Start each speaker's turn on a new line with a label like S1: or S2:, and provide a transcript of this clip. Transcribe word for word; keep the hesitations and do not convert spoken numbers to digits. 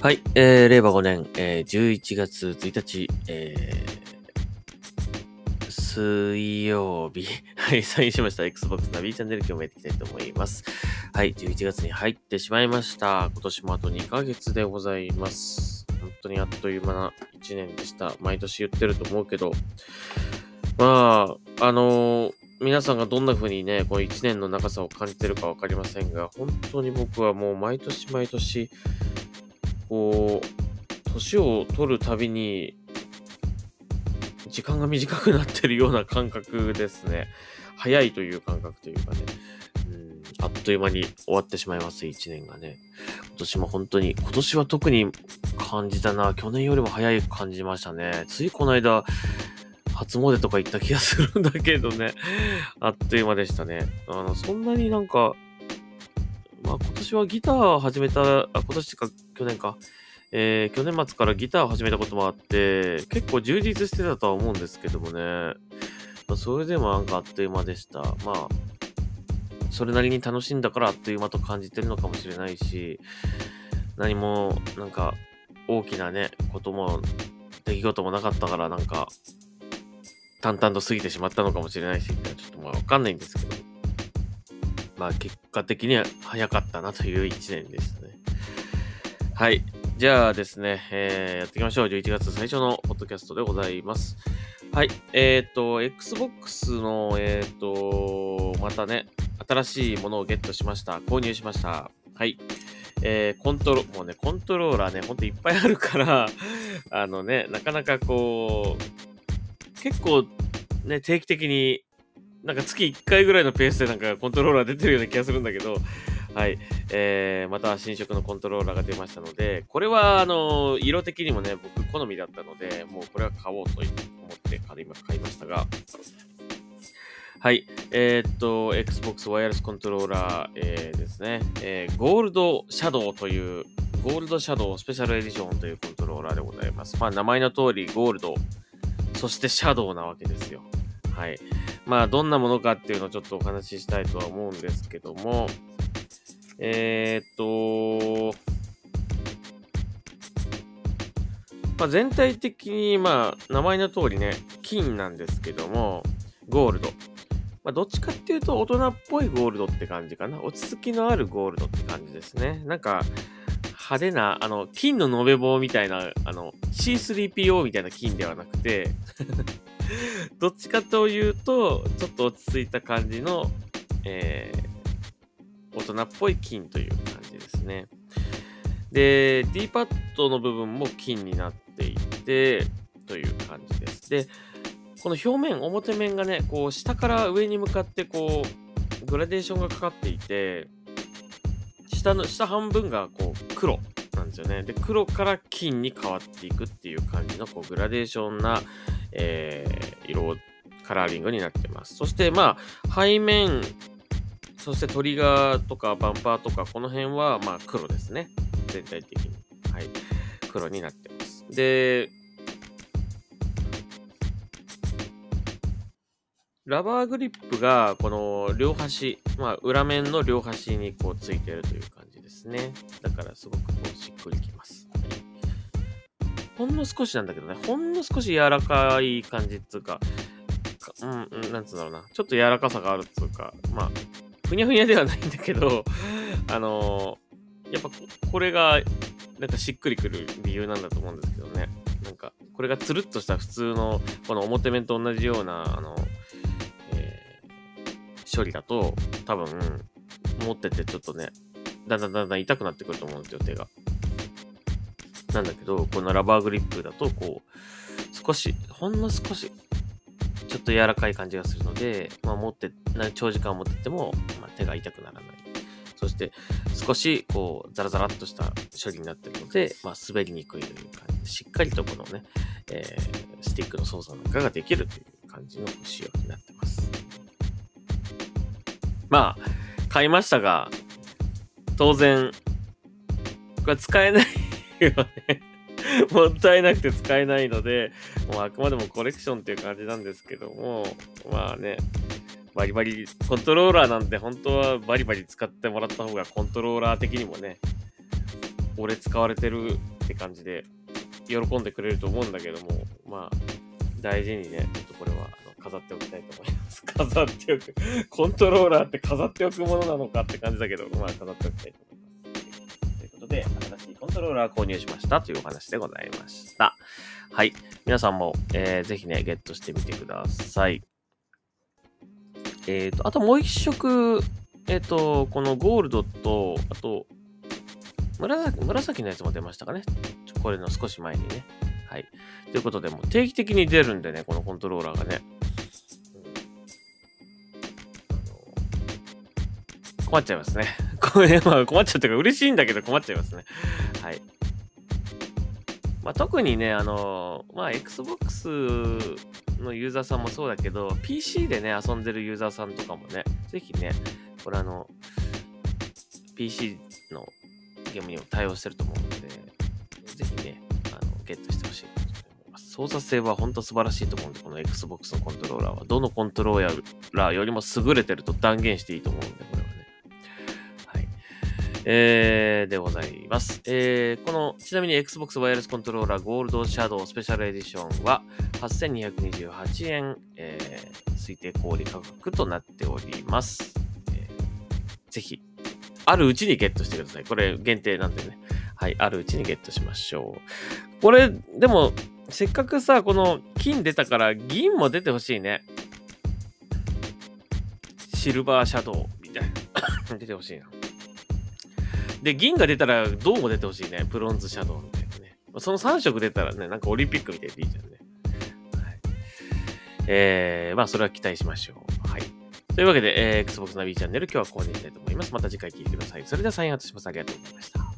S1: はい、えー、令和ごねん、えー、じゅういちがつついたち、えー、水曜日、はい、サインしました Xbox ナビチャンネル、今日もやっていきたいと思います。はい、じゅういちがつに入ってしまいました。今年もあとにかげつでございます。本当にあっという間ないちねんでした。毎年言ってると思うけど、まあ、あのー皆さんがどんな風にね、このいちねんの長さを感じてるかわかりませんが、本当に僕はもう毎年毎年、こう、年を取るたびに、時間が短くなってるような感覚ですね。早いという感覚というかね。うん、あっという間に終わってしまいます、いちねんがね。今年も本当に、今年は特に感じたな。去年よりも早い感じましたね。ついこの間、初詣とか行った気がするんだけどね。あっという間でしたね。あの、そんなになんか、まあ今年はギターを始めた、あ、今年か去年か。えー去年末からギターを始めたこともあって、結構充実してたとは思うんですけどもね。まあ、それでもなんかあっという間でした。まあ、それなりに楽しんだからあっという間と感じてるのかもしれないし、何もなんか大きなね、ことも、出来事もなかったからなんか、淡々と過ぎてしまったのかもしれないし、ちょっとまあわかんないんですけど、まあ結果的には早かったなといういちねんでしたね。はい。じゃあですね、えーやっていきましょう。じゅういちがつ最初のポッドキャストでございます。はい。えっ、と、Xbox の、えっ、と、またね、新しいものをゲットしました。購入しました。はい。えーコントロ、もうね、コントローラーね、ほんといっぱいあるから、あのね、なかなかこう、結構ね、定期的に、なんか月いっかいぐらいのペースでなんかコントローラー出てるような気がするんだけど、はい。えー、また新色のコントローラーが出ましたので、これは、あの、色的にもね、僕好みだったので、もうこれは買おうと思って買いま買いましたが、はい。えーっと、Xbox ワイヤレスコントローラー、えーですね、えー、ゴールドシャドウという、ゴールドシャドウスペシャルエディションというコントローラーでございます。まあ、名前の通りゴールド、そしてシャドウなわけですよ。はい。まあ、どんなものかっていうのをちょっとお話ししたいとは思うんですけども、えーっと、まあ、全体的に、まあ、名前の通りね、金なんですけども、ゴールド。まあ、どっちかっていうと、大人っぽいゴールドって感じかな。落ち着きのあるゴールドって感じですね。なんか、派手な、あの、金の延べ棒みたいな、あの、シースリーピーオー みたいな金ではなくて、どっちかというと、ちょっと落ち着いた感じの、えー、大人っぽい金という感じですね。で、D パッドの部分も金になっていて、という感じです。で、この表面、表面がね、こう、下から上に向かって、こう、グラデーションがかかっていて、下の、下半分が、こう、黒なんですよね。で、黒から金に変わっていくっていう感じの、こう、グラデーションな、えー、色、カラーリングになってます。そして、まあ、背面、そしてトリガーとかバンパーとか、この辺は、まあ、黒ですね。全体的に。はい。黒になってます。で、ラバーグリップが、この両端、まあ、裏面の両端にこうついてるという感じですね。だからすごくこうしっくりきます。はい、ほんの少しなんだけどね、ほんの少し柔らかい感じっつうか、かうん、うん、なんつうんだろうな。ちょっと柔らかさがあるっつうか、まあ、ふにゃふにゃではないんだけど、あのーやっぱここれが、なんかしっくりくる理由なんだと思うんですけどね。なんか、これがつるっとした普通の、この表面と同じような、あの、えー処理だと、多分、持っててちょっとね、だんだんだんだん痛くなってくると思うんですよ、手が。なんだけど、このラバーグリップだと、こう、少し、ほんの少し、ちょっと柔らかい感じがするので、まあ、持って、長時間持ってても、まあ、手が痛くならない。そして、少し、こう、ザラザラっとした処理になっているので、まあ、滑りにくいという感じで、しっかりとこのね、えー、スティックの操作なんかができるという感じの仕様になってます。まあ、買いましたが、当然、これ使えないよね。もったいなくて使えないので、もうあくまでもコレクションっていう感じなんですけども、まあね、バリバリ、コントローラーなんて本当はバリバリ使ってもらった方がコントローラー的にもね、俺使われてるって感じで喜んでくれると思うんだけども、まあ、大事にね、ちょっとこれはあの飾っておきたいと思います。飾っておく。コントローラーって飾っておくものなのかって感じだけど、まあ、飾っておきたいと思います。ということで、新しいコントローラー購入しましたというお話でございました。はい。皆さんも、えー、ぜひね、ゲットしてみてください。えっと、あともう一色、えっと、このゴールドと、あと、紫、紫のやつも出ましたかね。これの少し前にね。はい。ということで、もう定期的に出るんでね、このコントローラーがね。うん、困っちゃいますね。これ、まあ困っちゃうというか嬉しいんだけど困っちゃいますね。はい。まあ、特にね、あの、まあ、Xbox のユーザーさんもそうだけど、ピーシー でね、遊んでるユーザーさんとかもね、ぜひね、これあの、ピーシー のゲームにも対応してると思うので、ぜひね、あのゲットしてほしいなと思います。操作性は本当素晴らしいと思うんで、この Xbox のコントローラーは、どのコントローラーよりも優れてると断言していいと思うんで、これはね。はい。えー、でございます。えー、この、ちなみに Xbox ワイヤレスコントローラーゴールドシャドウスペシャルエディションははっせんにひゃくにじゅうはちえん、えー、推定小売価格となっております。えー、ぜひ、あるうちにゲットしてください。これ限定なんでね。はい、あるうちにゲットしましょう。これ、でも、せっかくさ、この金出たから銀も出てほしいね。シルバーシャドウみたいな。出てほしいな。で、銀が出たら銅も出てほしいね。ブロンズシャドウみたいなね。そのさん色出たらね、なんかオリンピックみたいでいいじゃんね。はい、えー、まあ、それは期待しましょう。はい。というわけで、えー、Xbox ナビチャンネル今日はここにしたいと思います。また次回聞いてください。それではサインアウトします。ありがとうございました。